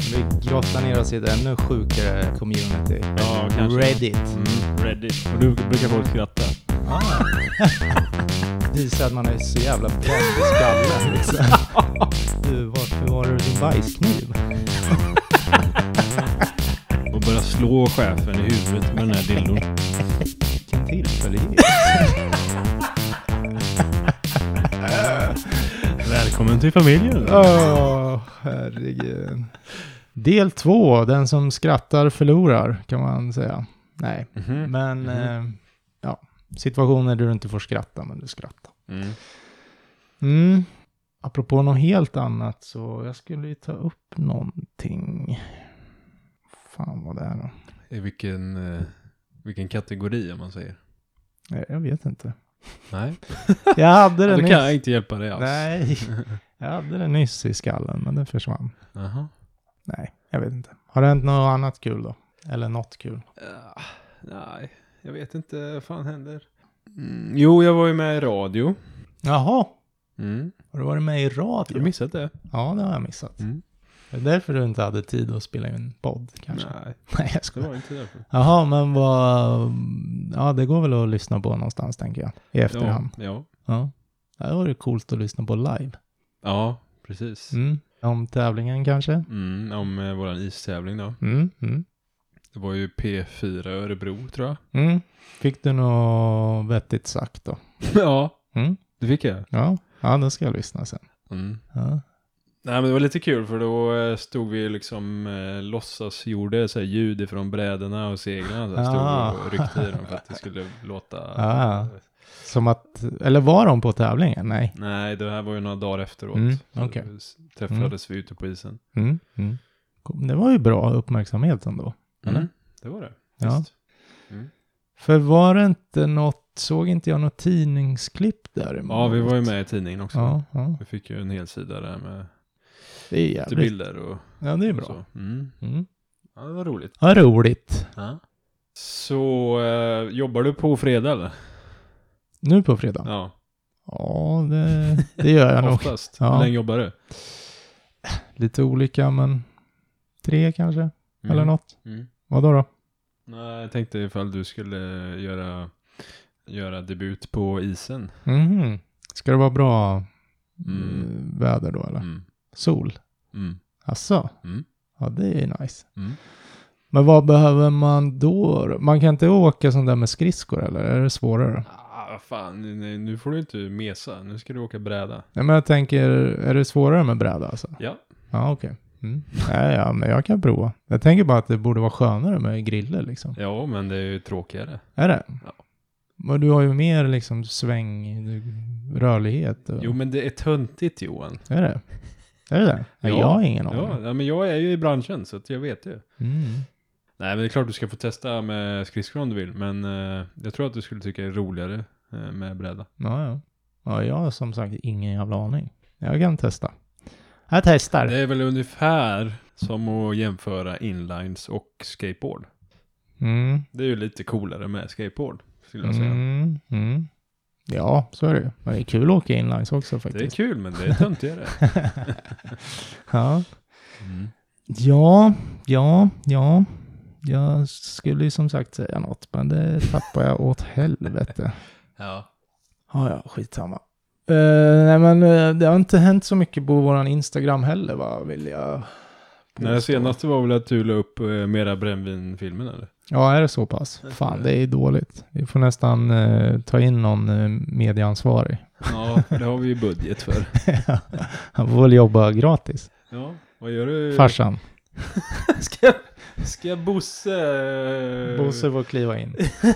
Vi grottar ner oss i ett ännu sjukare community. Ja, kanske. Reddit. Reddit. Och du brukar folk skratta. Visar att man är så jävla bränd i skallen liksom. Du, varför var det din bajskniv? Och börja slå chefen i huvudet med den här dildon. Vilken tillfällighet. Välkommen till familjen. Herregud. Del 2, den som skrattar förlorar, kan man säga. Nej, men ja, situationer där du inte får skratta, men du skrattar. Apropå något helt annat, så jag skulle ju ta upp någonting. Fan vad det är då. I vilken kategori, om man säger? Jag vet inte. Nej. Jag hade det Då nyss. kan jag inte hjälpa dig alls. Nej, jag hade det nyss i skallen, men det försvann. Aha. Nej, jag vet inte. Har det hänt något annat kul då? Eller något kul? Nej, jag vet inte vad fan händer. Jo, jag var ju med i radio. Jaha. Mm. Har du varit med i radio? Har du missat det? Ja, det har jag missat. Mm. Det är därför du inte hade tid att spela in en podd, kanske? Nej, Nej, jag det skojar. var inte därför. Jaha, men vad... Ja, det går väl att lyssna på någonstans, tänker jag. I efterhand. Ja. Ja. Det var det coolt att lyssna på live. Ja, precis. Om tävlingen kanske? Om våran istävling då. Det var ju P4 Örebro, tror jag. Fick du något vettigt sagt då? Ja, det fick jag. Ja, då ska jag lyssna sen. Ja. Nej, men det var lite kul, för då stod vi liksom gjorde så här ljud ifrån brädorna och seglarna. Så stod och ryckte i dem för att det skulle låta... Som att... Eller var de på tävlingen? Nej. Nej, det här var ju några dagar efteråt. Okay. Träffades vi ute på isen. Det var ju bra uppmärksamhet ändå. Eller? Det var det. Ja. För var det inte något... Såg inte jag något tidningsklipp där? Ja, vi var ju med i tidningen också. Ja. Vi fick ju en hel sida där med det är jävligt. bilder och... Ja, det är bra. Så. Ja, det var roligt. Ja, roligt. Ja. Så jobbar du på fredag eller? Nu på fredag? Ja. Ja, det gör jag nog. Oftast. Ja. Hur länge jobbar du? Lite olika, men 3 kanske. Eller något. Vad då? Nej, jag tänkte ifall du skulle göra debut på isen. Ska det vara bra väder då, eller? Sol? Asså? Ja, det är nice. Men vad behöver man då? Man kan inte åka sånt där med skridskor, eller? Är det svårare? Fan, nu får du inte mesa. Nu ska du åka bräda. Ja, men jag tänker, är det svårare med bräda alltså? Ja. Ja, okej. Ja, men jag kan prova. Jag tänker bara att det borde vara skönare med griller liksom. Ja, men det är ju tråkigare. Är det? Ja. Men du har ju mer liksom rörlighet. Och... Jo, men det är töntigt, Johan. Är det? Är det det? Ja, jag har ingen aning. Ja, men jag är ju i branschen, så att jag vet ju. Nej, men det är klart du ska få testa med skridskor om du vill. Men jag tror att du skulle tycka det är roligare med bräda. Ja, jag har som sagt ingen jävla aning. Jag kan testa. Jag testar. Det är väl ungefär som att jämföra inlines och skateboard. Det är ju lite coolare med skateboard, skulle jag säga. Ja, så är det ju. Men det är kul att åka inlines också faktiskt. Det är kul, men det är töntigare. Ja. Jag skulle ju som sagt säga något, men det tappar jag åt helvete. Ja, skitsamma. Nej, men det har inte hänt så mycket på våran Instagram heller, va? Vill jag påstå. Nej, det senaste var väl att du la upp mera brännvinfilmen, eller? Ja, är det så pass? Fan, det är dåligt. Vi får nästan ta in någon medieansvarig. Ja, det har vi ju budget för. Han får väl jobba gratis. Ja, vad gör du? Farsan. Ska Bosse... Bosse får kliva in.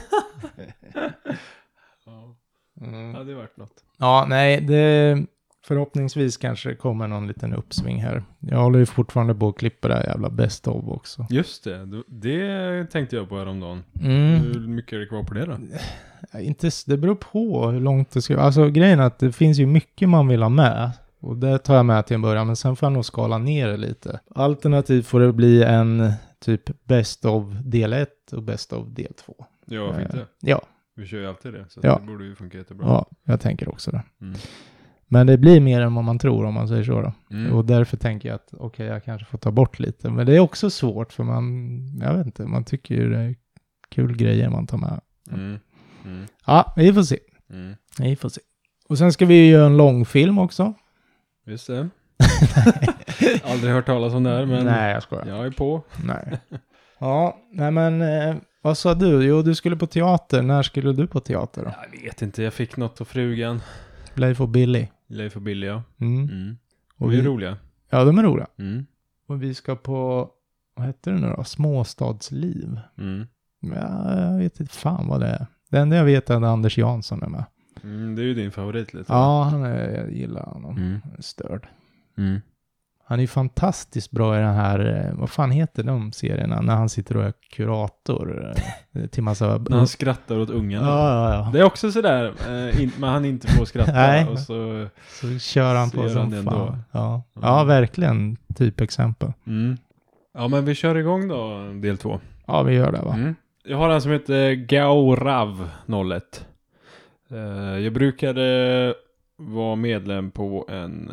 Ja, det har varit något. Ja, nej, det förhoppningsvis kanske kommer någon liten uppsving här. Jag håller ju fortfarande på att klippa det här jävla best of också. Just det tänkte jag på häromdagen. Hur mycket är det kvar på det då? Det beror på hur långt det ska... Alltså grejen är att det finns ju mycket man vill ha med. Och det tar jag med till en början, men sen får jag nog skala ner det lite. Alternativt får det bli en typ best of del 1 och best of del 2. Ja, fint det. Ja. Vi kör ju alltid det, så det borde ju funka jättebra. Ja, jag tänker också det. Men det blir mer än vad man tror om man säger så då. Och därför tänker jag att okej, jag kanske får ta bort lite. Men det är också svårt för jag vet inte, man tycker ju det är kul grejer man tar med. Ja, vi får se. Vi får se. Och sen ska vi göra en långfilm också. Just det. Aldrig hört talas om det här, men nej, jag skojar. Jag är på. Nej. Ja, nej men vad sa du? Jo, du skulle på teater. När skulle du på teater då? Jag vet inte, jag fick något av frugan. Leif och Billy. Leif och Billy, ja. Och vi är roliga. Ja, de är roliga. Och vi ska på, vad heter det nu då? Småstadsliv. Ja, jag vet inte fan vad det är. Det enda jag vet är att Anders Jansson är med. Det är ju din favorit lite. Ja, jag gillar honom. Störd. Han är ju fantastiskt bra i den här, vad fan heter de serierna, när han sitter och är kurator till massa... När han skrattar åt ungarna. Ja. Det är också sådär, men han inte får skratta. Nej. Och så kör han på som fan. Ja, verkligen typexempel. Ja, men vi kör igång då, del 2. Ja, vi gör det va. Jag har en som heter Gaurav 01. Jag brukade vara medlem på en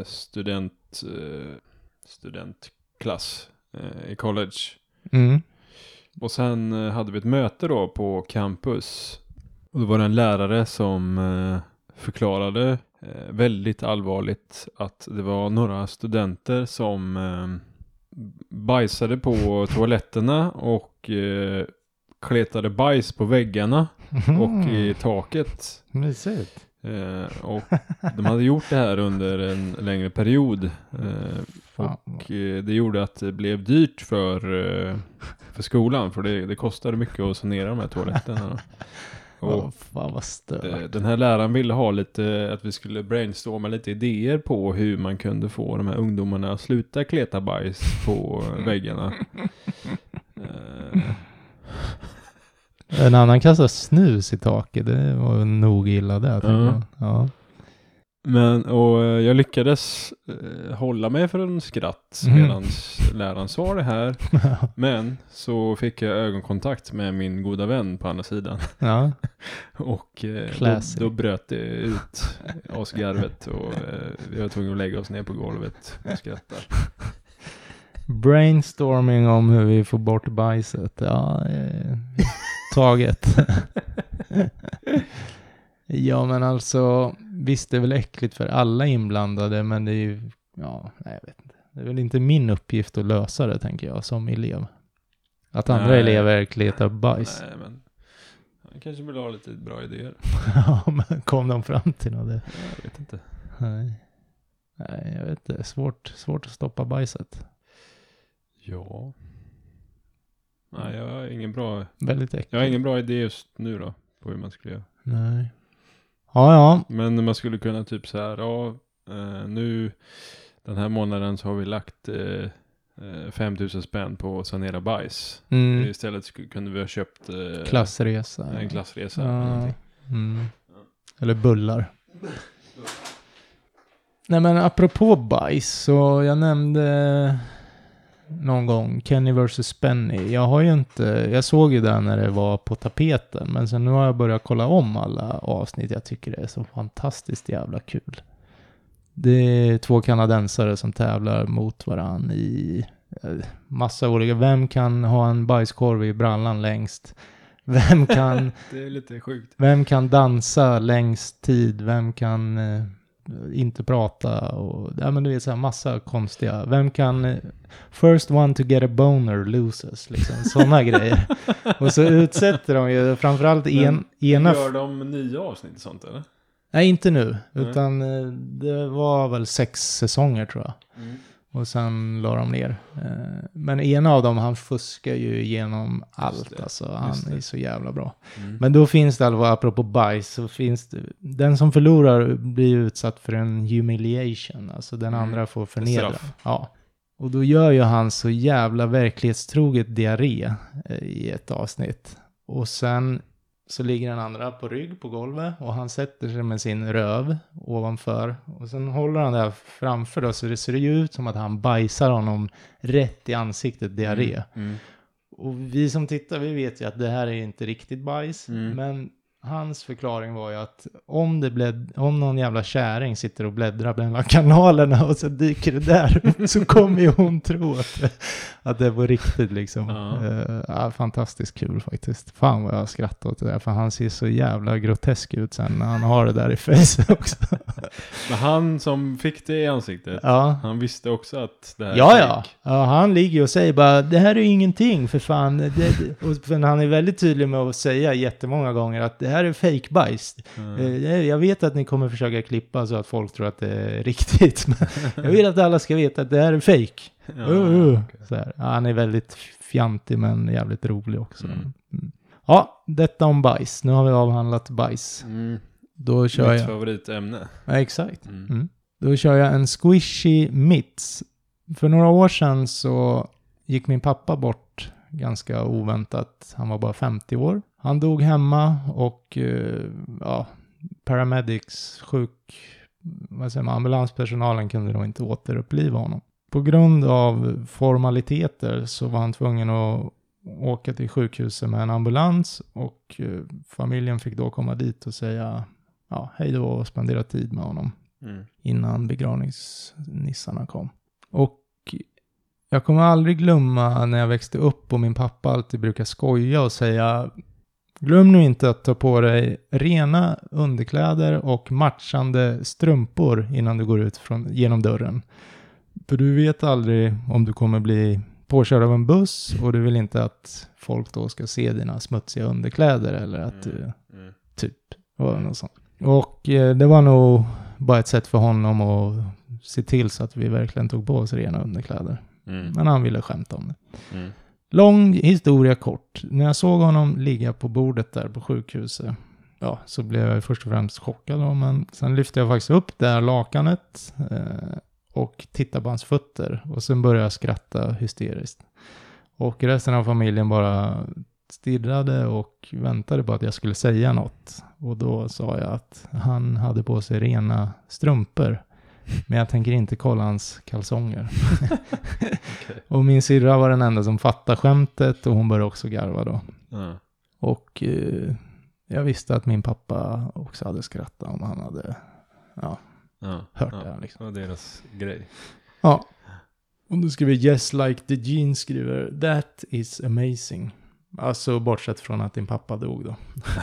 studentklass i college. Och sen hade vi ett möte då på campus. Och då var det en lärare som förklarade väldigt allvarligt att det var några studenter som bajsade på toaletterna och kletade bajs på väggarna och i taket. Mysigt. Och de hade gjort det här under en längre period. Och det gjorde att det blev dyrt för skolan. För det kostade mycket att sanera de här toaletterna. Och fan vad stört. Den här läraren ville ha lite, att vi skulle brainstorma lite idéer på hur man kunde få de här ungdomarna att sluta kleta bajs på väggarna. En annan kastade snus i taket. Det var nog illa det. Ja. Och jag lyckades hålla mig för en skratt medan läraren sa det här. Men så fick jag ögonkontakt med min goda vän på andra sidan. Ja. Och då bröt det ut asgarvet och vi var tvungna att lägga oss ner på golvet och skratta. Brainstorming om hur vi får bort bajset. Ja, taget. Ja, men alltså visst, det är väl äckligt för alla inblandade, men det är ju, jag vet inte. Det är väl inte min uppgift att lösa det, tänker jag, som elev. Att andra elever kletar bajs. Nej, men han kanske vill ha lite bra idéer. Ja, men kom de fram till något? Jag vet inte. Nej, jag vet inte. Svårt att stoppa bajset. Ja. Nej, jag har ingen bra... Väldigt äckligt. Jag har ingen bra idé just nu då, på hur man skulle göra. Nej. Ja. Men man skulle kunna typ så här, nu den här månaden så har vi lagt 5,000 spänn på att sanera bajs. Istället kunde vi ha köpt klassresa. En klassresa. Ja. Eller bullar. Nej, men apropå bajs, så jag nämnde någon gång Kenny vs. Penny. Jag såg ju det när det var på tapeten, men sen nu har jag börjat kolla om alla avsnitt. Jag tycker det är så fantastiskt jävla kul. Det är 2 kanadensare som tävlar mot varann i massa olika. Vem kan ha en bajskorv i brallan längst? Vem kan det är lite sjukt. Vem kan dansa längst tid? Vem kan inte prata? Och men du vet, så här massa konstiga. Vem kan first one to get a boner loses, liksom såna grejer. Och så utsätter de ju framförallt ena. Gör de 9 avsnitt och sånt eller? Nej, inte nu, utan det var väl 6 säsonger tror jag. Och sen la de ner. Men en av dem, han fuskar ju igenom allt. Alltså, han är så jävla bra. Men då finns det, apropå bajs, så finns det, den som förlorar blir utsatt för en humiliation. Alltså den andra får förnedra. Ja. Och då gör ju han så jävla verklighetstroget diarré i ett avsnitt. Och sen så ligger den andra på rygg på golvet och han sätter sig med sin röv ovanför. Och sen håller han där framför då, så det ser ju ut som att han bajsar honom rätt i ansiktet, diarré. Och vi som tittar, vi vet ju att det här är inte riktigt bajs. Men hans förklaring var ju att om någon jävla käring sitter och bläddrar bland kanalerna och så dyker det där upp, så kommer ju hon tro att det var riktigt liksom. Fantastiskt kul faktiskt. Fan vad jag skrattar åt det där, för han ser så jävla grotesk ut sen när han har det där i face också. Men han som fick det i ansiktet, han visste också att det här är fake. Ja, han ligger och säger bara, det här är ingenting för fan. För han är väldigt tydlig med att säga jättemånga gånger att det här är fake bajs. Jag vet att ni kommer försöka klippa så att folk tror att det är riktigt. Men jag vill att alla ska veta att det här är fake. Så här. Ja, han är väldigt fjantig men jävligt rolig också. Ja, detta om bajs. Nu har vi avhandlat bajs. Då kör mitt favoritämne. Ja, exakt. Då kör jag en squishy mitts. För några år sedan så gick min pappa bort ganska oväntat. Han var bara 50 år. Han dog hemma och paramedics, ambulanspersonalen kunde då inte återuppliva honom. På grund av formaliteter så var han tvungen att åka till sjukhuset med en ambulans, och familjen fick då komma dit och säga hej då och spendera tid med honom innan begravningsnissarna kom. Och jag kommer aldrig glömma när jag växte upp och min pappa alltid brukar skoja och säga, glöm nu inte att ta på dig rena underkläder och matchande strumpor innan du går ut genom dörren. För du vet aldrig om du kommer bli påkörd av en buss, och du vill inte att folk då ska se dina smutsiga underkläder eller att du var något sånt. Och det var nog bara ett sätt för honom att se till så att vi verkligen tog på oss rena underkläder. Men han ville skämta om det. Lång historia kort. När jag såg honom ligga på bordet där på sjukhuset, så blev jag först och främst chockad då, men sen lyfte jag faktiskt upp det här lakanet och tittade på hans fötter, och sen började jag skratta hysteriskt. Och resten av familjen bara stirrade och väntade på att jag skulle säga något. Och då sa jag att han hade på sig rena strumpor. Men jag tänker inte kolla hans kalsonger. Okay. Och min syrra var den enda som fattade skämtet, och hon började också garva då. Och jag visste att min pappa också hade skrattat om han hade hört det. Liksom. Det var deras grej. Ja. Och nu skriver Yes Like the Gene skriver, that is amazing. Alltså bortsett från att din pappa dog då.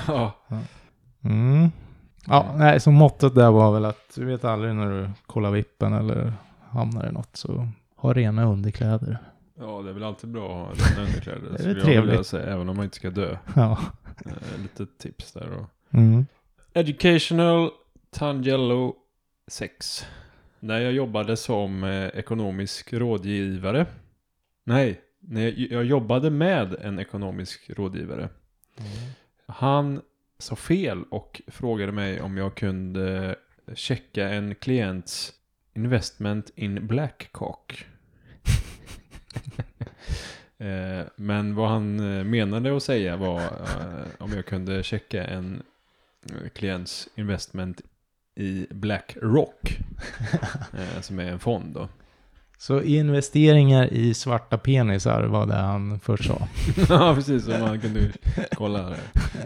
Nej, så mottot där var väl att du vet aldrig när du kollar vippen eller hamnar i något, så ha rena underkläder. Ja, det är väl alltid bra att ha rena underkläder. Det är trevligt. Säga, även om man inte ska dö. Ja. Lite tips där då. Educational Tangelo 6. När jag jobbade som ekonomisk rådgivare. Nej, när jag jobbade med en ekonomisk rådgivare. Han sa fel och frågade mig om jag kunde checka en klients investment in Blackcock. Men vad han menade att säga var om jag kunde checka en klients investment i BlackRock, som är en fond då. Så investeringar i svarta penisar var det han först sa. Ja, precis, som man kunde kolla det.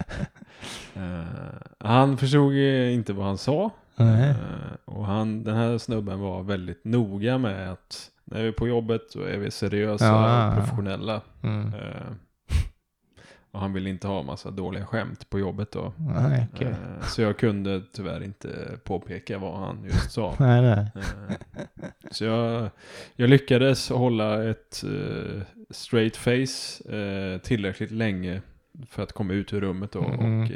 Han förstod inte vad han sa. Och den här snubben var väldigt noga med att när vi är på jobbet så är vi seriösa och professionella. Och han ville inte ha massa dåliga skämt på jobbet då. Okay. Så jag kunde tyvärr inte påpeka vad han just sa. Så jag lyckades hålla ett straight face tillräckligt länge för att komma ut ur rummet då, och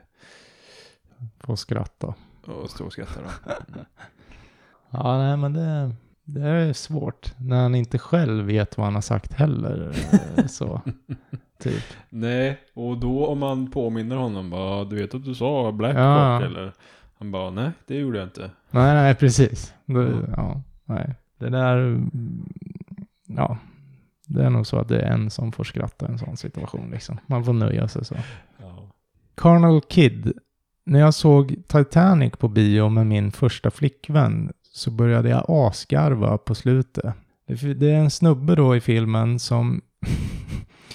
få skratta. Och stå och skratta då. Ja, nej, men det är svårt när han inte själv vet vad han har sagt heller. Så typ. Nej, och då om man påminner honom bara, du vet att du sa Blackcock eller han bara, nej, det gjorde jag inte. Nej, precis. Nej. Det där, det är nog så att det är en som får skratta i en sån situation liksom. Man får nöja sig så. Colonel Kidd. När jag såg Titanic på bio med min första flickvän så började jag asgarva på slutet. Det är en snubbe då i filmen som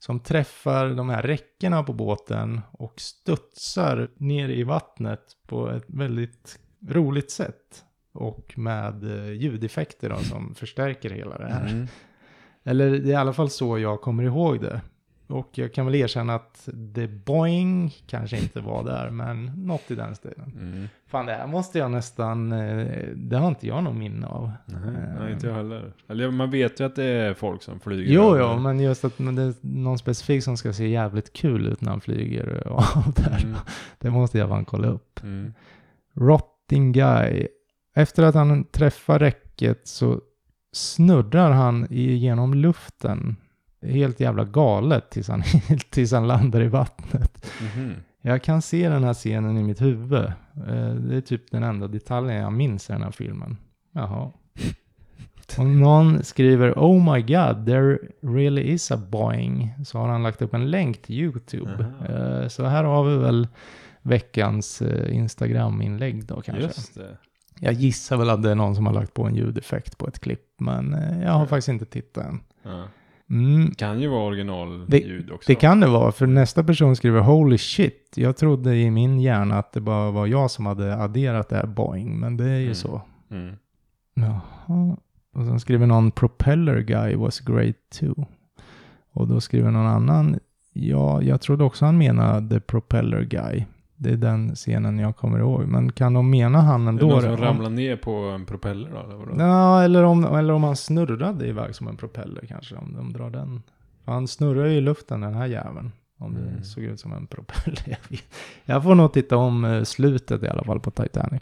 som träffar de här räckena på båten och studsar ner i vattnet på ett väldigt roligt sätt. Och med ljudeffekter då, som förstärker hela det här. Mm. Eller det är i alla fall så jag kommer ihåg det. Och jag kan väl erkänna att det boing kanske inte var där, men något i den stilen. Mm. Fan, det här måste jag nästan, det har inte jag någon minne av. Nej, inte jag heller. Eller man vet ju att det är folk som flyger. Jo, men just att det är någon specifik som ska se jävligt kul ut när han flyger av där. Mm. Det måste jag fan kolla upp. Mm. Rotting Guy. Efter att han träffar räcket så snurrar han genom luften. Helt jävla galet tills han landar i vattnet. Mm-hmm. Jag kan se den här scenen i mitt huvud. Det är typ den enda detaljen jag minns i den här filmen. Jaha. Och någon skriver "Oh my god, there really is a Boeing", så har han lagt upp en länk till YouTube. Så här har vi väl veckans Instagram-inlägg då kanske. Just det. Jag gissar väl att det är någon som har lagt på en ljudeffekt på ett klipp, men jag har faktiskt inte tittat än. Kan ju vara originalljud också. Det kan det vara, för nästa person skriver "Holy shit, jag trodde i min hjärna att det bara var jag som hade adderat det här Boeing", men det är ju så. Jaha. Och sen skriver någon "Propeller Guy was great too". Och då skriver någon annan, ja, jag trodde också han menade Propeller Guy. Det är den scenen jag kommer ihåg. Men kan de mena han ändå? Är det någon som ramlar ner på en propeller då? Eller ja, eller om han snurrade iväg som en propeller kanske. Om de drar den. För han snurrar ju i luften, den här jäveln. Om det såg ut som en propeller. Jag får nog titta om slutet i alla fall på Titanic.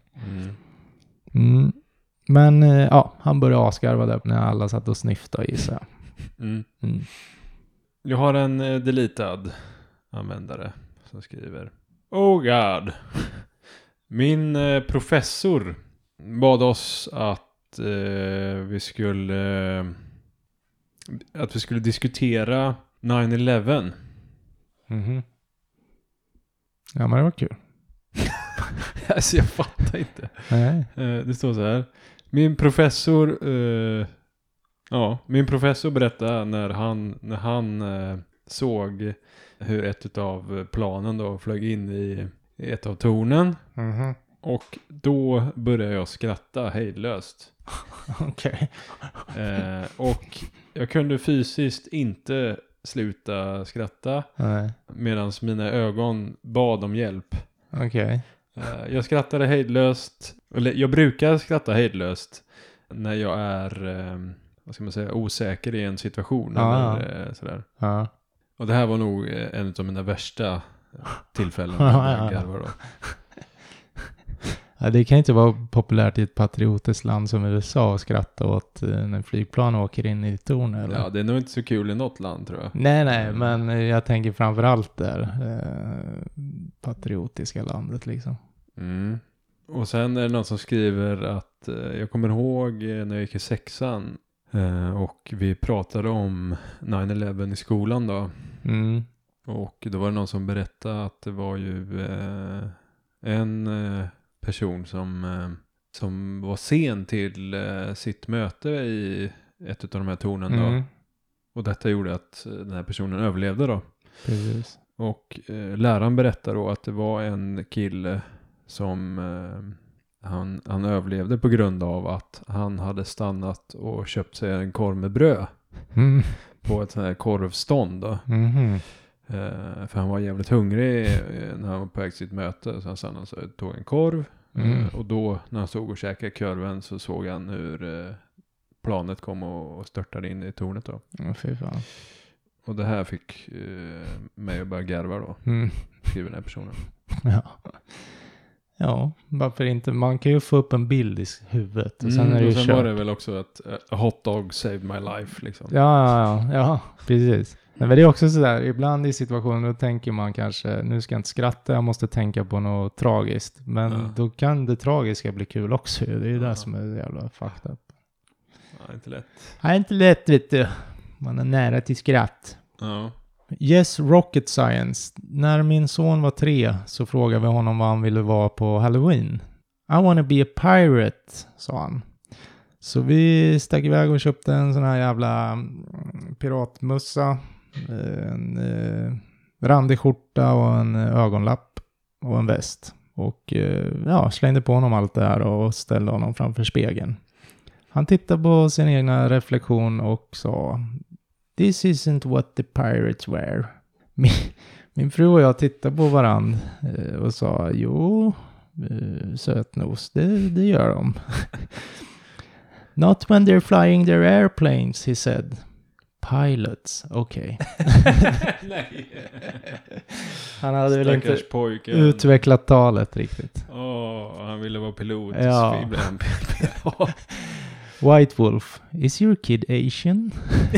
Men ja, han började asgarva där när alla satt och snyftade i sig. Jag har en deletad användare som skriver: "Oh god. Min professor bad oss att vi skulle diskutera 9/11." Mhm. Ja, men det var kul. Alltså jag fattar inte. Nej. Det står så här: Min professor berättade när han såg hur ett av planen då flög in i ett av tornen. Mm-hmm. Och då började jag skratta hejdlöst. Okej. Och jag kunde fysiskt inte sluta skratta. Medan mina ögon bad om hjälp. Okej. Jag skrattade hejdlöst. Eller jag brukar skratta hejdlöst när jag är osäker i en situation. Eller sådär. Ja. Och det här var nog en av mina värsta tillfällen. Ja, det kan inte vara populärt i ett patriotiskt land som USA att skratta åt när flygplan åker in i torn. Eller? Ja, det är nog inte så kul i något land, tror jag. Nej, men jag tänker framförallt där. Patriotiska landet liksom. Mm. Och sen är det någon som skriver att jag kommer ihåg när jag gick i 6:an och vi pratade om 9/11 i skolan då. Mm. Och då var det någon som berättade att det var ju en person som var sen till sitt möte i ett av de här tornen då. Och detta gjorde att den här personen överlevde då. Precis. Och läraren berättar då att det var en kille som han överlevde på grund av att han hade stannat och köpt sig en korv med bröd på ett sånt här korvstånd då. För han var jävligt hungrig när han var på väg till sitt möte, så han stannade och tog en korv. Och då när han stod och käkade korven så såg han hur planet kom och störtade in i tornet då. Fy fan. Och det här fick mig att börja garva då. Skriver den här personen. Ja, varför inte? Man kan ju få upp en bild i huvudet. Och sen, var det väl också att a hot dog saved my life liksom. Ja, precis. Men det är också sådär, ibland i situationer då tänker man kanske, nu ska jag inte skratta, jag måste tänka på något tragiskt. Men då kan det tragiska bli kul också. Det är ju det som är jävla fucked up. Ja, inte lätt. Ja, inte lätt, vet du. Man är nära till skratt. Ja. Yes, rocket science. När min son var 3 så frågade vi honom vad han ville vara på Halloween. I wanna be a pirate, sa han. Så vi stack iväg och köpte en sån här jävla piratmössa. En randig skjorta och en ögonlapp och en väst. Och slängde på honom allt det här och ställde honom framför spegeln. Han tittade på sin egna reflektion och sa: "This isn't what the pirates wear." Min fru och jag tittade på varandra och sa: "Jo, sötnos, det gör de." "Not when they're flying their airplanes," he said. "Pilots, okej." Nej. Han hade väl inte utvecklat talet riktigt. Han ville vara pilot. Ja. White Wolf, is your kid Asian?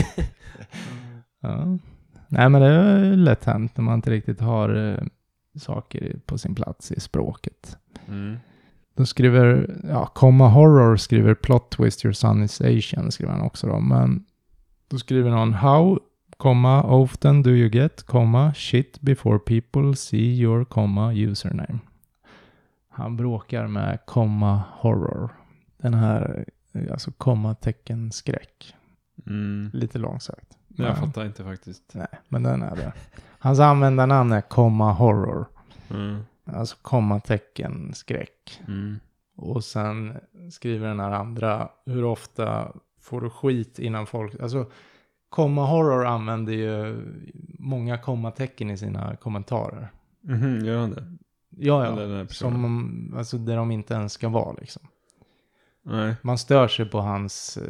Ja. Nej, men det är lätt hänt när man inte riktigt har saker på sin plats i språket. De skriver, comma horror skriver plot twist your son is Asian, skriver han också då. Men då skriver någon how, comma, often do you get, comma, shit before people see your, comma, username. Han bråkar med comma horror. Den här, alltså kommatecken skräck. Lite långsökt. Jag fattar inte faktiskt. Nej, men den är det. Hans användarnamn är comma horror. Alltså kommatecken skräck. Och sen skriver den här andra, hur ofta får du skit innan folk... Alltså comma horror använder ju många kommatecken i sina kommentarer. Gör han det? Ja. Som, alltså där de inte ens ska vara liksom. Nej. Man stör sig på hans...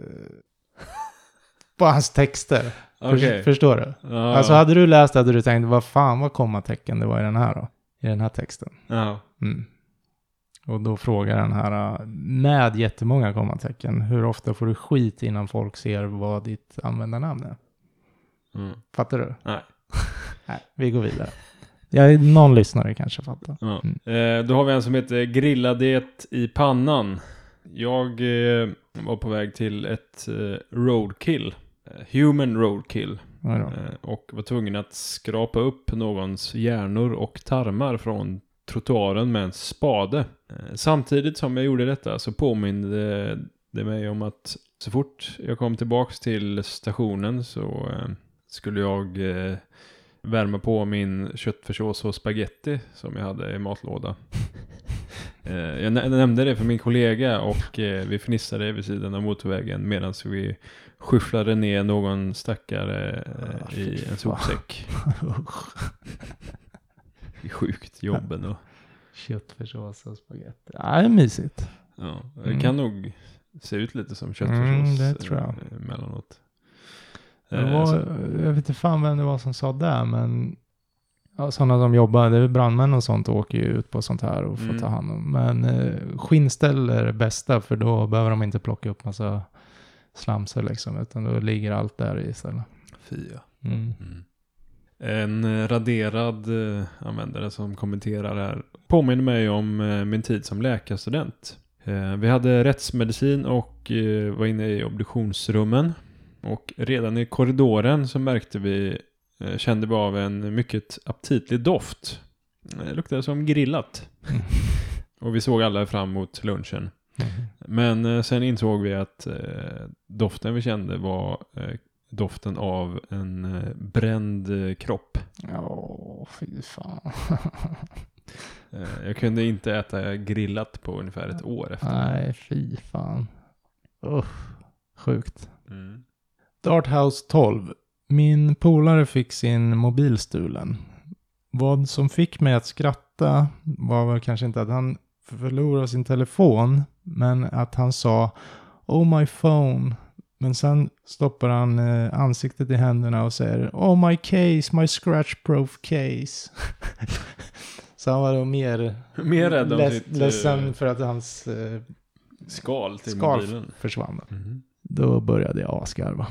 på hans texter. Okay. Förstår du? Ja. Alltså hade du läst hade du tänkt, vad fan var kommatecken det var i den här då? I den här texten. Ja. Och då frågar den här med jättemånga kommatecken, hur ofta får du skit innan folk ser vad ditt användarnamn är? Fattar du? Nej. Nej, vi går vidare. Någon lyssnare kanske fattar. Ja. Då har vi en som heter Grilladet i pannan. Jag var på väg till ett roadkill. Human roadkill. Och var tvungen att skrapa upp någons hjärnor och tarmar från trottoaren med en spade. Samtidigt som jag gjorde detta så påminde det mig om att så fort jag kom tillbaks till stationen så skulle jag värma på min köttfärssås och spaghetti som jag hade i matlåda. Jag nämnde det för min kollega och vi fnissade vid sidan av motorvägen medan vi skyfflade ner någon stackare i en sopsäck. Det är sjukt jobben och köttfärssås och spaghetti. Ja, det är mysigt. Ja, det kan nog se ut lite som köttfärssås det tror jag. Emellanåt. Jag vet inte fan vem det var som sa det, men sådana som jobbar, det är brandmän och sånt, åker ju ut på sånt här och får ta hand om. Men skinnställ är det bästa, för då behöver de inte plocka upp massa slamser liksom, utan då ligger allt där i istället. Fia. En raderad användare som kommenterar här påminner mig om min tid som läkarstudent. Vi hade rättsmedicin och var inne i obduktionsrummen. Och redan i korridoren så kände vi av en mycket aptitlig doft. Det luktade som grillat. Och vi såg alla fram emot lunchen. Men sen insåg vi att doften vi kände var doften av en bränd kropp. Ja, fy fan. Jag kunde inte äta grillat på ungefär ett år efter. Nej, fy fan. Sjukt. Darthouse 12. Min polare fick sin mobil stulen. Vad som fick mig att skratta var väl kanske inte att han förlorade sin telefon, men att han sa "Oh my phone". Men sen stoppar han ansiktet i händerna och säger "Oh my case, my scratch-proof case". Så han var då mer rädd om sitt ledsen för att hans skal till mobilen försvann. Då började jag asgarva.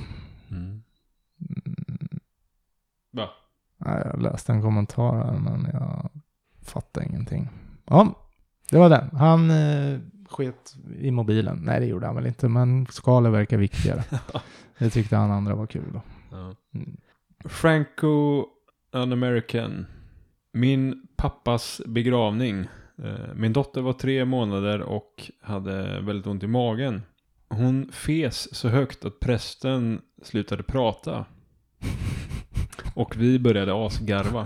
Va? Nej, jag läste en kommentar här, men jag fattar ingenting. Ja, det var den. Han sket i mobilen. Nej, det gjorde han väl inte, men skalet verkar viktigare. Det tyckte han andra var kul då. Ja. Franco an American. Min pappas begravning. Min dotter var 3 månader och hade väldigt ont i magen. Hon fes så högt att prästen slutade prata. Och vi började asgarva.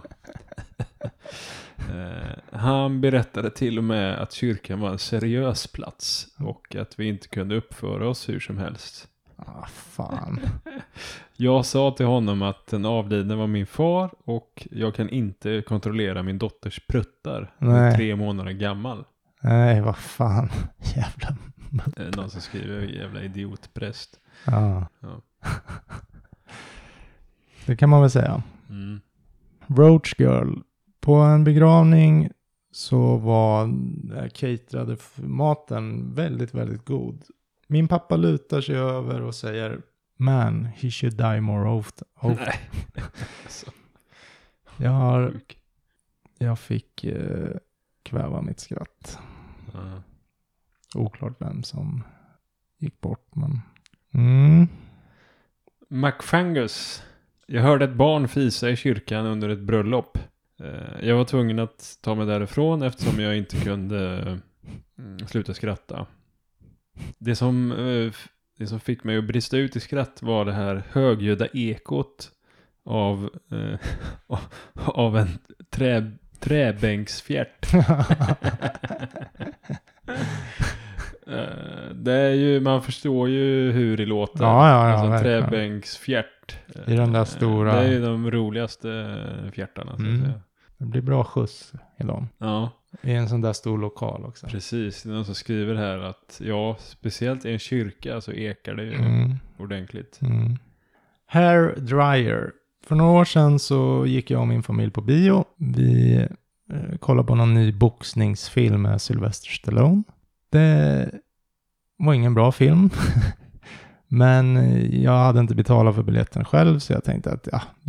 Han berättade till och med att kyrkan var en seriös plats och att vi inte kunde uppföra oss hur som helst. Fan. Jag sa till honom att den avlidne var min far och jag kan inte kontrollera min dotters pruttar. Hon är 3 månader gammal. Nej, vad fan. Jävla någon som skriver jävla idiotpräst. Ja. Det kan man väl säga. Roach Girl. På en begravning så var caterade maten väldigt, väldigt god. Min pappa lutar sig över och säger, man, he should die more often. Nej. Jag fick kväva mitt skratt. Oklart vem som gick bort, men... McFangus. Jag hörde ett barn fisa i kyrkan under ett bröllop. Jag var tvungen att ta mig därifrån eftersom jag inte kunde sluta skratta. Det som fick mig att brista ut i skratt var det här högljudda ekot av en träbänksfjärt. Det är ju, man förstår ju hur det låter. Alltså en träbänksfjärt. I den där stora... Det är ju de roligaste fjärtarna. Så att säga. Det blir bra skjuts i dem. Ja. I en sån där stor lokal också. Precis, det är någon som skriver här att speciellt i en kyrka så ekar det ju ordentligt. Hair dryer. För några år sedan så gick jag och min familj på bio. Vi kollade på någon ny boxningsfilm med Sylvester Stallone. Det var ingen bra film. Men jag hade inte betalat för biljetten själv, så jag tänkte att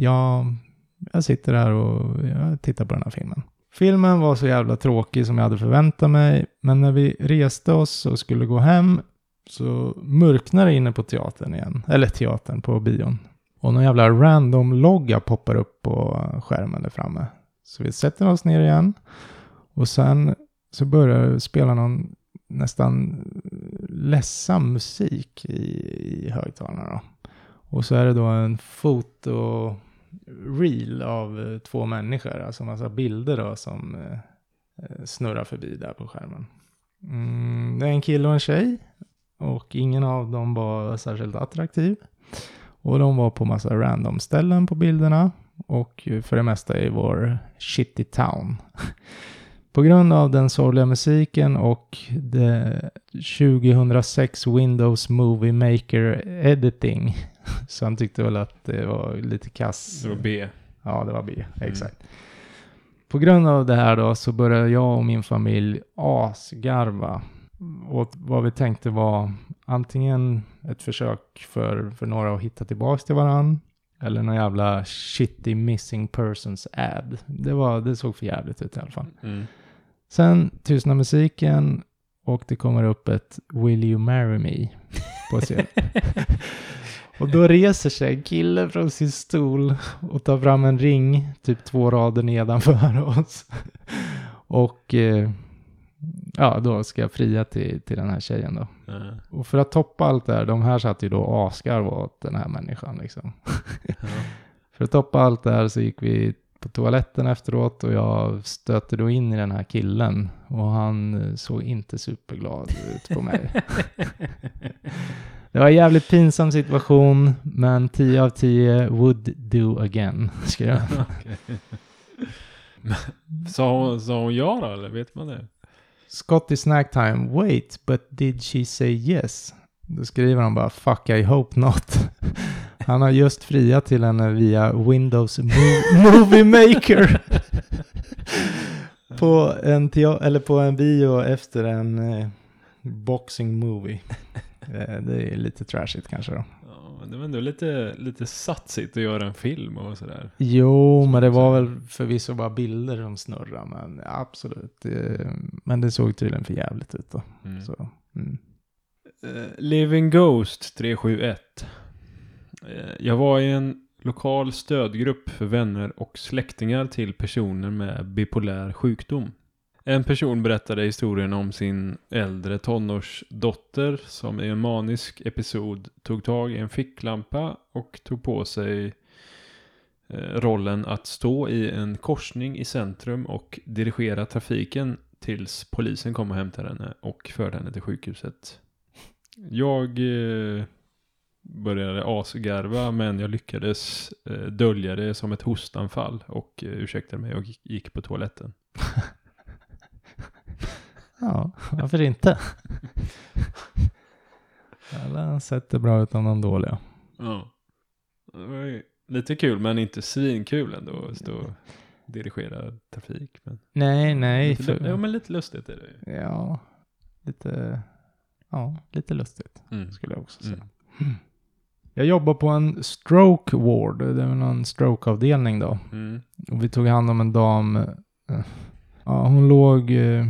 jag sitter här och jag tittar på den här filmen. Filmen var så jävla tråkig som jag hade förväntat mig, men när vi reste oss och skulle gå hem så mörknade det inne på teatern igen. Eller teatern på bion. Och någon jävla random logga poppar upp på skärmen där framme. Så vi sätter oss ner igen. Och sen så börjar spela någon nästan ledsam musik i högtalarna då. Och så är det då en foto-reel av 2 människor. Alltså massa bilder då som snurrar förbi där på skärmen. Det är en kille och en tjej. Och ingen av dem var särskilt attraktiv. Och de var på massa random ställen på bilderna. Och för det mesta i vår shitty town. På grund av den sorgliga musiken och det 2006 Windows Movie Maker editing. Så han tyckte väl att det var lite kass. Det var B. Ja, det var B. Exakt. På grund av det här då så började jag och min familj asgarva. Och vad vi tänkte var antingen ett försök för några att hitta tillbaka till varann. Eller någon jävla shitty missing persons ad. Det såg för jävligt ut i alla fall. Sen tystnar musiken och det kommer upp ett Will you marry me på scen. Och då reser sig en kille från sin stol och tar fram en ring typ 2 rader nedanför oss. Och då ska jag fria till den här tjejen då. Och för att toppa allt det här, de här satt ju då asgarv åt den här människan liksom. För att toppa allt det här så gick vi på toaletten efteråt och jag stötte då in i den här killen och han såg inte superglad ut på mig. Det var en jävligt pinsam situation, men 10 av 10 would do again, skrev jag. Sa hon ja då, eller vet man det? Scotty snack time, wait, but did she say yes? Då skriver han bara, fuck I hope not. Han har just friat till henne via Windows Movie Maker. på en bio efter en boxing movie. Det är lite trashigt kanske då. Ja, det var ändå lite satsigt att göra en film och sådär. Jo, men det var väl förvisso bara bilder som snurrar. Men absolut. Men det såg tydligen för jävligt ut då. Så, Living Ghost 371. Jag var i en lokal stödgrupp för vänner och släktingar till personer med bipolär sjukdom. En person berättade historien om sin äldre tonårsdotter som i en manisk episod tog tag i en ficklampa och tog på sig rollen att stå i en korsning i centrum och dirigera trafiken tills polisen kom och hämtade henne och förde henne till sjukhuset. Jag började asgarva, men jag lyckades dölja det som ett hostanfall och ursäktade mig och gick på toaletten. Ja, varför inte? Alla har sett det bra utan de dåliga. Ja. Det var ju lite kul, men inte svinkul ändå att stå och dirigera trafik. Men nej. Ja, men lite lustigt är det ju. Ja, lite lustigt skulle jag också säga. Jag jobbar på en stroke ward. Det är väl någon strokeavdelning då. Och vi tog hand om en dam. Ja, hon låg...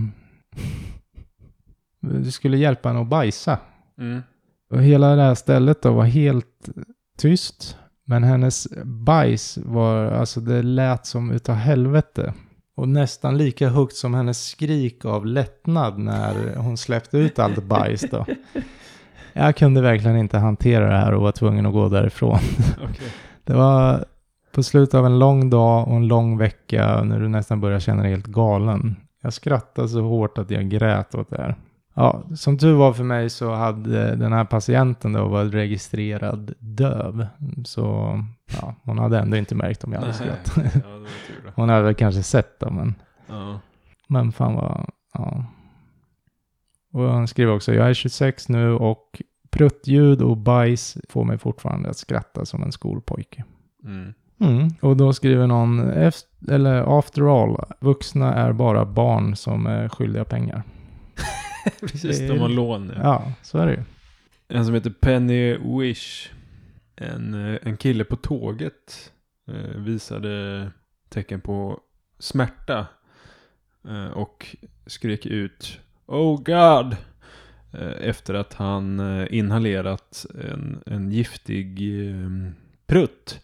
Vi skulle hjälpa henne att bajsa. Och hela det här stället då var helt tyst. Men hennes bajs var... Alltså det lät som utav helvete. Och nästan lika högt som hennes skrik av lättnad när hon släppte ut allt bajs då. Jag kunde verkligen inte hantera det här och var tvungen att gå därifrån. Okay. Det var på slutet av en lång dag och en lång vecka när du nästan börjar känna dig helt galen. Jag skrattade så hårt att jag grät åt det här. Ja, som tur var för mig så hade den här patienten då varit registrerad döv. Så ja, hon hade ändå inte märkt om jag hade skrattat. Ja, det var tur då. Hon hade väl kanske sett det, men... Ja. Men fan vad... Ja. Och han skriver också, jag är 26 nu och pruttljud och bajs får mig fortfarande att skratta som en skolpojke. Och då skriver någon, after all, vuxna är bara barn som är skyldiga pengar. Precis, de har lån. Ja, så är det ju. En som heter Penny Wish, en kille på tåget, visade tecken på smärta och skrek ut "Oh God!" efter att han inhalerat en giftig prutt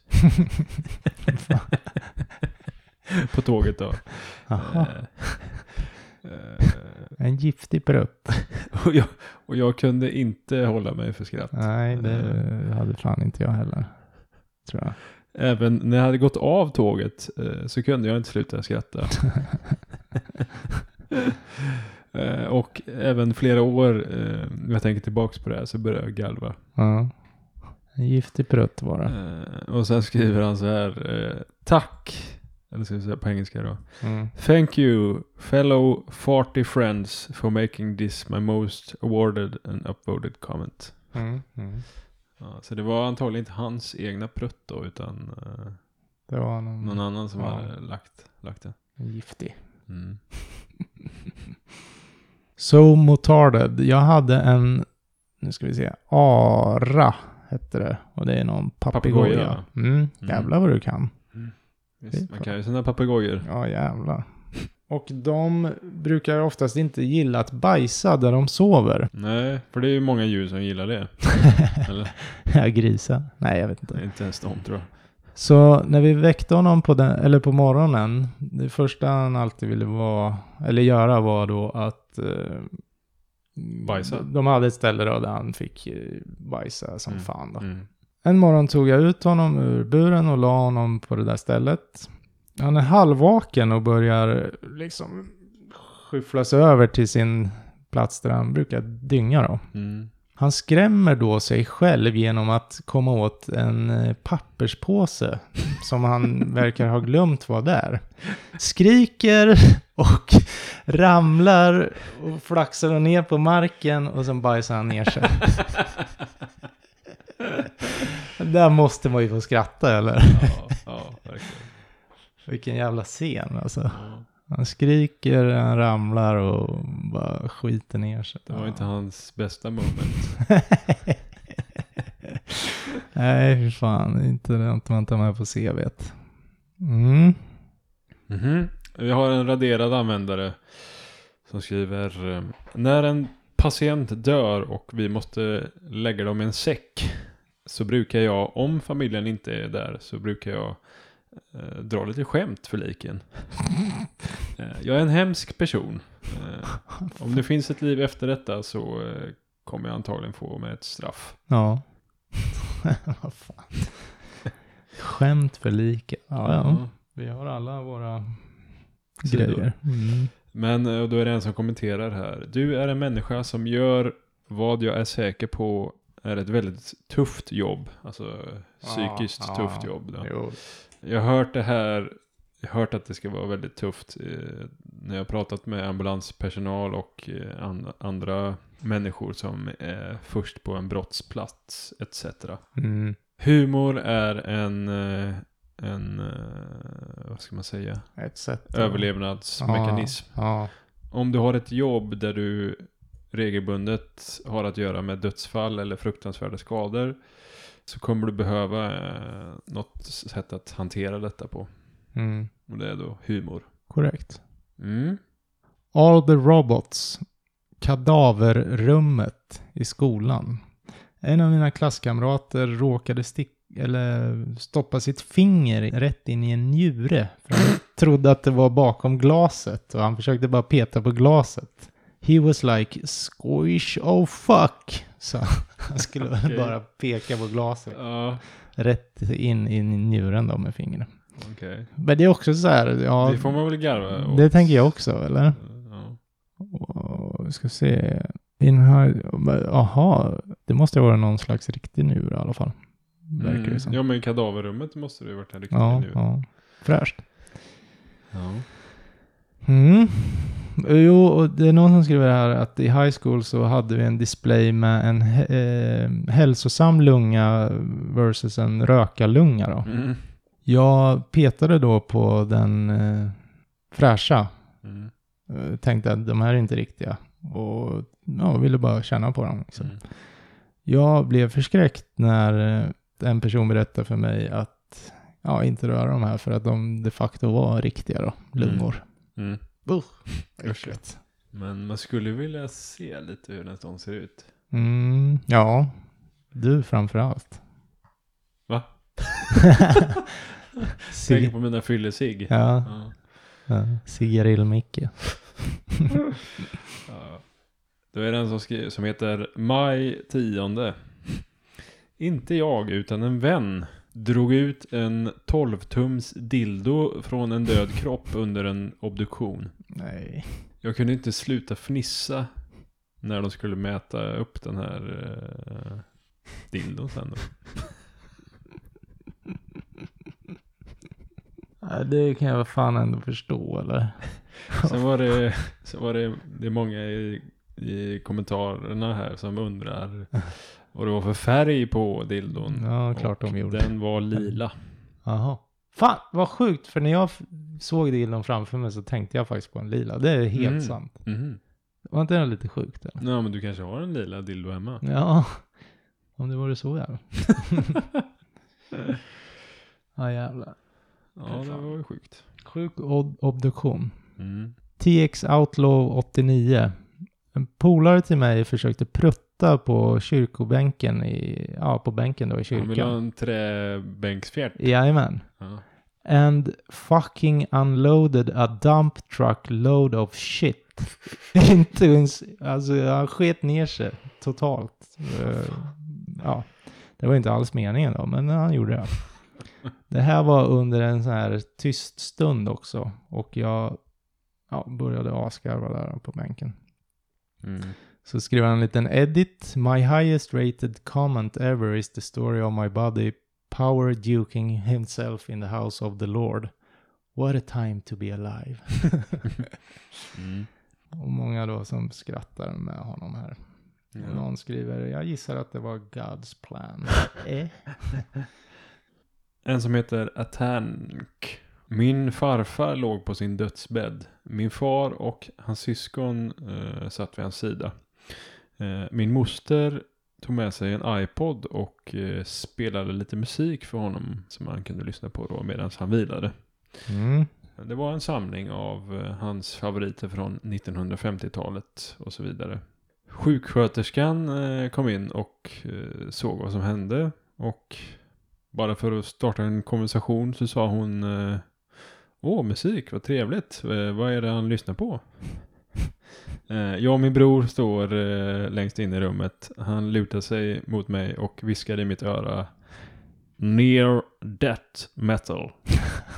på tåget då. En giftig prutt. och jag kunde inte hålla mig för skratt. Nej, det hade fan inte jag heller, tror jag. Även när jag hade gått av tåget så kunde jag inte sluta skratta. Och även flera år när jag tänker tillbaka på det här så började jag galva. Ja. En giftig prutt var det. Och sen skriver han så här: tack, eller ska vi säga på engelska då. Thank you fellow 40 friends for making this my most awarded and upvoted comment. Ja, så det var antagligen inte hans egna prutt då, utan det var någon annan som hade lagt det. Giftig. So motarded. Jag hade en, nu ska vi se, Ara hette det. Och det är någon papegoja. Jävlar vad du kan. Visst, man kan ju sina papegojor. Ja, jävlar. Och de brukar oftast inte gilla att bajsa där de sover. Nej, för det är ju många djur som gillar det. Eller? Ja, grisar. Nej, jag vet inte. Nej, inte ens de, tror jag. Så när vi väckte honom på morgonen, det första han alltid ville göra var då att bajsa. De hade ett ställe då där han fick bajsa som fan då. En morgon tog jag ut honom ur buren och la honom på det där stället. Han är halvvaken och börjar liksom skyffla sig över till sin plats där han brukar dynga då. Han skrämmer då sig själv genom att komma åt en papperspåse som han verkar ha glömt var där. Skriker och ramlar och flaxar ner på marken och sen bajsar han ner sig. Där måste man ju få skratta, eller? Ja, verkligen. Vilken jävla scen alltså. Ja. Han skriker, han ramlar och bara skiter ner sig. Det var inte hans bästa moment. Nej, för fan. Inte det man tar med på CV:t. Vi har en raderad användare som skriver: när en patient dör och vi måste lägga dem i en säck, så brukar jag, om familjen inte är där, så brukar jag dra lite skämt för liken. Jag är en hemsk person. Om det finns ett liv efter detta så kommer jag antagligen få med ett straff. Ja. Vad fan. Skämt för liken. Ja. Vi har alla våra grejer. Mm. Men då är det en som kommenterar här. Du är en människa som gör vad jag är säker på är ett väldigt tufft jobb. Alltså psykiskt tufft jobb. Då. Jag har hört det här. Jag har hört att det ska vara väldigt tufft när jag har pratat med ambulanspersonal och andra människor som är först på en brottsplats etc. Mm. Humor är en vad ska man säga? Ett sätt. Överlevnadsmekanism. Om du har ett jobb där du regelbundet har att göra med dödsfall eller fruktansvärda skador så kommer du behöva något sätt att hantera detta på. Mm. Och det är då humor. Korrekt. Mm. All the Robots. Kadaverrummet i skolan. En av mina klasskamrater råkade stoppa sitt finger rätt in i en njure. För han trodde att det var bakom glaset. Och han försökte bara peta på glaset. He was like, squish, oh fuck. Så han skulle bara peka på glaset. Rätt in i njuren då med fingret. Okay. Men det är också så här. Ja, det får man väl garva åt. Det tänker jag också, eller? Vi ska se. Det måste vara någon slags riktig njur i alla fall. Verkar det som. Ja, men i kadaverrummet måste det ju varit en riktig njur. Ja, fräscht. Ja. Mm. Jo, och det är någon som skriver här att i high school så hade vi en display med en hälsosam lunga versus en rökarlunga då. Mm. Jag petade då på den fräscha. Mm. Tänkte att de här är inte riktiga. Och ville bara känna på dem. Liksom. Mm. Jag blev förskräckt när en person berättade för mig att inte röra de här för att de de facto var riktiga då, lungor. Mm. Äckligt. Men man skulle vilja se lite hur en sån ser ut. Mm, ja, du framförallt. Va? Tänker på mina fyllesig. Ja. Cigarill-Micke. Då är det en som heter Maj 10. Inte jag utan en vän drog ut en 12-tums dildo från en död kropp under en obduktion. Nej. Jag kunde inte sluta fnissa när de skulle mäta upp den här dildon sen då. Det kan jag fan ändå förstå, eller? Sen var det är många i kommentarerna här som undrar vad det var för färg på dildon. Ja, klart de gjorde. Den var lila. Jaha. Fan, vad sjukt. För när jag såg dildon framför mig så tänkte jag faktiskt på en lila. Det är helt sant. Mm. Var inte det lite sjukt? Eller? Ja, men du kanske har en lila dildo hemma. Ja, om det vore så jävla. Ja, jävlar. Ja, det var ju sjukt. Sjuk obduktion. Mm. TX Outlaw 89. En polare till mig försökte prutta på kyrkobänken på bänken då i kyrkan. Han vill ha en träbänksfjärt. Jajamän. Ja. And fucking unloaded a dump truck load of shit. Inte ens, alltså han sket ner sig totalt. Det var inte alls meningen då, men han gjorde det. Det här var under en sån här tyst stund också. Och jag började askarva där på bänken. Mm. Så skrev han en liten edit. My highest rated comment ever is the story of my body power duking himself in the house of the Lord. What a time to be alive. Mm. Och många då som skrattar med honom här. Ja. Någon skriver, jag gissar att det var God's plan. En som heter Atank. Min farfar låg på sin dödsbädd. Min far och hans syskon satt vid hans sida. Min moster tog med sig en iPod och spelade lite musik för honom som han kunde lyssna på då medan han vilade. Mm. Det var en samling av hans favoriter från 1950-talet och så vidare. Sjuksköterskan kom in och såg vad som hände och bara för att starta en konversation så sa hon musik, vad trevligt. Vad är det han lyssnar på? Jag och min bror står längst in i rummet. Han lutar sig mot mig och viskar i mitt öra Near Death Metal.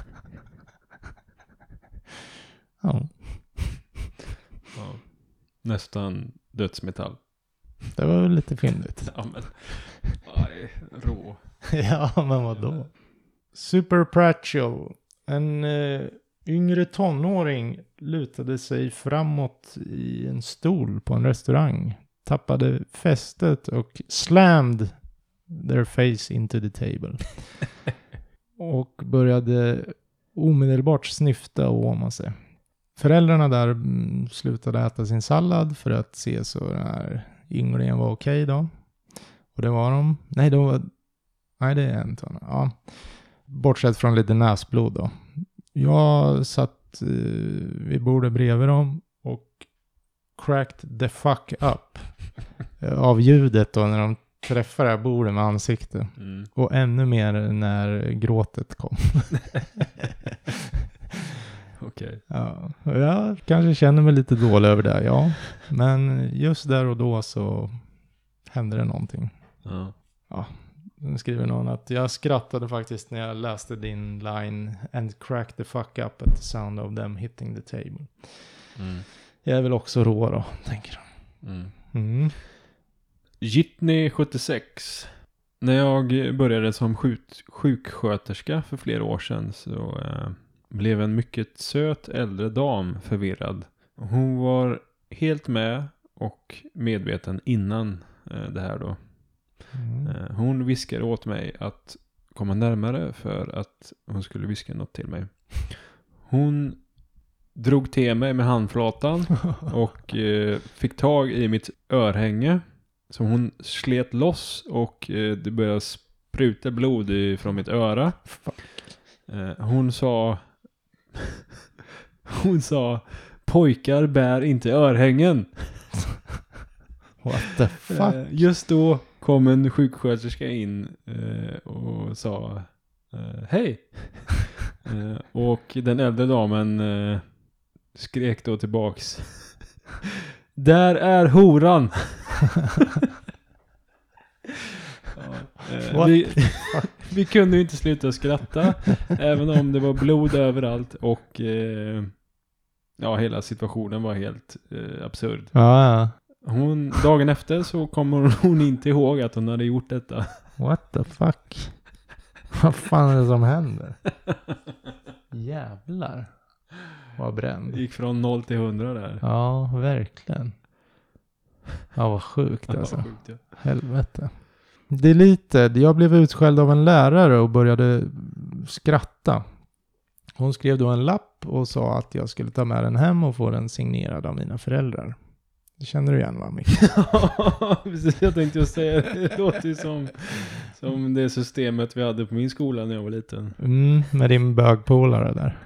nästan dödsmetall. Det var väl lite fyndigt. Ja, men... Aj, rå. Ja, men vadå? Super Pratchell. En yngre tonåring lutade sig framåt i en stol på en restaurang. Tappade fästet och slammed their face into the table. Och började omedelbart snyfta och åma sig. Föräldrarna där slutade äta sin sallad för att se så den här ynglingen var okej då. Och det var de. Nej, det är en ton. Ja. Bortsett från lite näsblod då. Jag satt vid bordet bredvid dem och cracked the fuck up av ljudet då när de träffade det här bordet med ansikte. Och ännu mer när gråtet kom. Okej. Ja, jag kanske känner mig lite dålig över det, ja. Men just där och då så hände det någonting. Ja. Nu skriver någon att jag skrattade faktiskt när jag läste din line and cracked the fuck up at the sound of them hitting the table. Jag är väl också rå då, tänker jag. Jitney 76. När jag började som sjuksköterska för flera år sedan så blev en mycket söt äldre dam förvirrad. Hon var helt med och medveten innan det här då. Hon viskade åt mig att komma närmare för att hon skulle viska något till mig. Hon drog till mig med handflatan och fick tag i mitt örhänge. Så hon slet loss och det började spruta blod från mitt öra. Hon sa pojkar bär inte örhängen. What the fuck? Just då kom en sjuksköterska in och sa hej. Och den äldre damen skrek då tillbaks. Där är horan. Vi kunde ju inte sluta skratta även om det var blod överallt och hela situationen var helt absurd. Ja. Dagen efter så kommer hon inte ihåg att hon hade gjort detta. What the fuck? Vad fan är det som händer? Jävlar. Vad bränd. Gick från 0 till 100 där. Ja, verkligen. Ja, vad sjukt alltså. Sjukt, ja. Helvete. Det är lite, jag blev utskälld av en lärare och började skratta. Hon skrev då en lapp och sa att jag skulle ta med den hem och få den signerad av mina föräldrar. Det känner du igen, va, Micke? Ja, precis. Jag tänkte ju säga det låter ju som det systemet vi hade på min skola när jag var liten. Med din bögpolare där.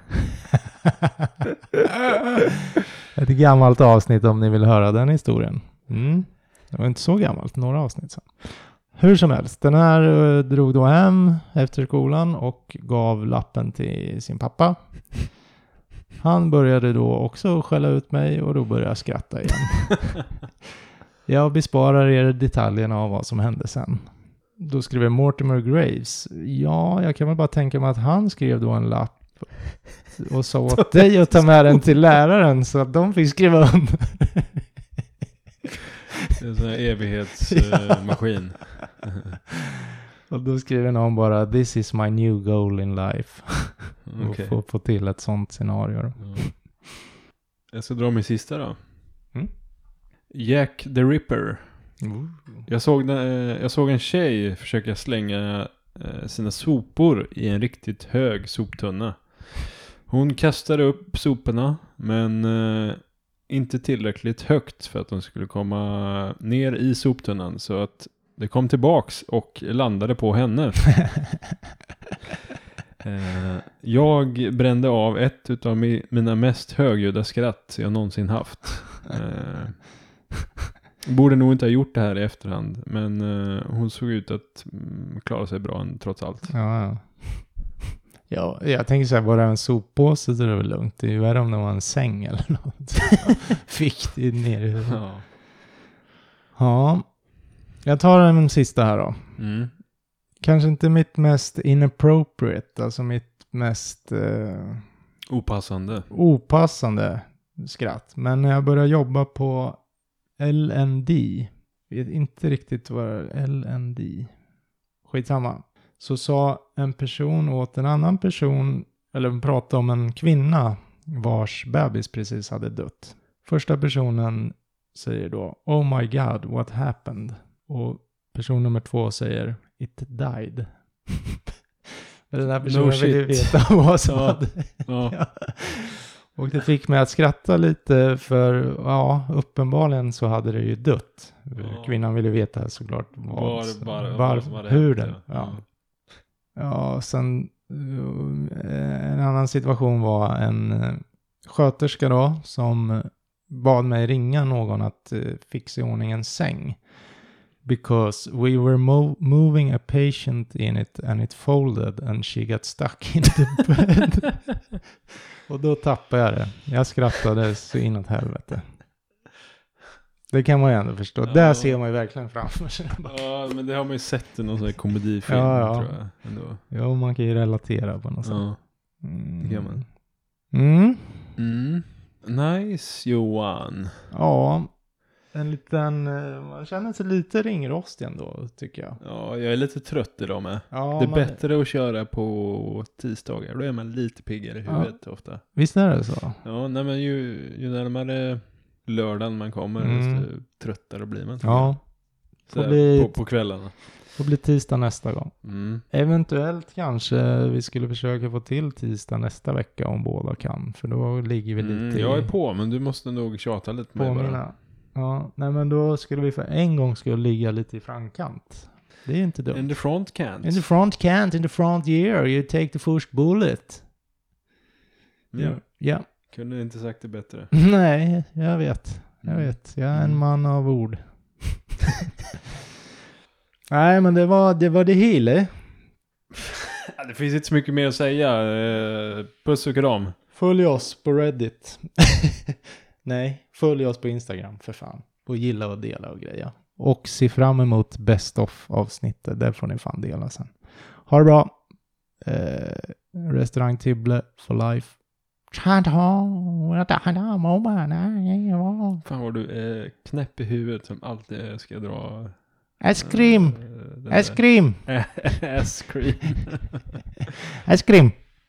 Ett gammalt avsnitt om ni vill höra den historien. Det var inte så gammalt, några avsnitt sedan. Hur som helst, den här drog då hem efter skolan och gav lappen till sin pappa. Han började då också skälla ut mig och då började jag skratta igen. Jag besparar er detaljerna av vad som hände sen. Då skrev Mortimer Graves. Ja, jag kan väl bara tänka mig att han skrev då en lapp och sa åt dig att ta med den till läraren så att de fick skriva under. Det är en sån här evighetsmaskin. Och då skriver någon bara this is my new goal in life. Okay. Och få till ett sånt scenario. Ja. Jag ska dra min sista då. Jack the Ripper. Jag såg en tjej försöka slänga sina sopor i en riktigt hög soptunna. Hon kastade upp soporna men inte tillräckligt högt för att de skulle komma ner i soptunnan så att det kom tillbaks och landade på henne. Jag brände av ett utav mina mest högljudda skratt jag någonsin haft. Borde nog inte ha gjort det här i efterhand, men hon såg ut att klara sig bra trots allt. Ja, jag tänker så här, var det en soppåse så är det väl lugnt. Det är ju värre om det var en säng eller något. Fick det ner i huvudet. Ja. Jag tar den sista här då. Kanske inte mitt mest inappropriate, alltså mitt mest opassande skratt. Men när jag började jobba på LND. Vet inte riktigt vad LND. Skitsamma. Så sa en person åt en annan person, eller pratade om en kvinna vars bebis precis hade dött. Första personen säger då, oh my god, what happened? Och person nummer 2 säger, it died. Den här personen ville veta vad som hade. Ja. Och det fick mig att skratta lite för, ja, uppenbarligen så hade det ju dött. Kvinnan ville veta såklart hur den. Ja, sen en annan situation var en sköterska då som bad mig ringa någon att fixa i ordning en säng. Because we were moving a patient in it and it folded and she got stuck in the bed. Och då tappade jag det. Jag skrattade så inåt helvete. Det kan man ju ändå förstå. Ja. Där ser man ju verkligen framför sig. Ja, men det har man ju sett i någon sån här komedifilm, ja. tror jag. Ändå. Ja, man kan ju relatera på något sätt. Ja, det kan man. Nice, Johan. Ja, en liten... Man känner sig lite ringrostig ändå, tycker jag. Ja, jag är lite trött idag med. Ja, det är bättre att köra på tisdagar. Då är man lite piggare i huvudet ofta. Visst är det så? Ja, nej, men ju närmare lördagen man kommer, desto tröttare blir man. Ja. På kvällarna. Får bli tisdag nästa gång. Eventuellt kanske vi skulle försöka få till tisdag nästa vecka om båda kan. För då ligger vi lite Jag är på, men du måste nog tjata lite med bara. Ja, nej men då skulle vi för en gång skulle ligga lite i framkant. Det är inte dumt. In the front can't. In the front can't, in the front year. You take the first bullet. Ja. Kunde inte sagt det bättre. Nej, jag vet. Jag är en man av ord. Nej, men det var det hela. Det finns inte så mycket mer att säga. Puss och kram. Följ oss på Reddit. Nej, följ oss på Instagram för fan. Och gilla och dela och grejer. Och se fram emot best of avsnittet. Där får ni fan dela sen. Ha det bra. Restaurang Tibble for life. Fan vad du är knäpp i huvudet som alltid ska dra... Ice cream. Ice cream. Ice cream.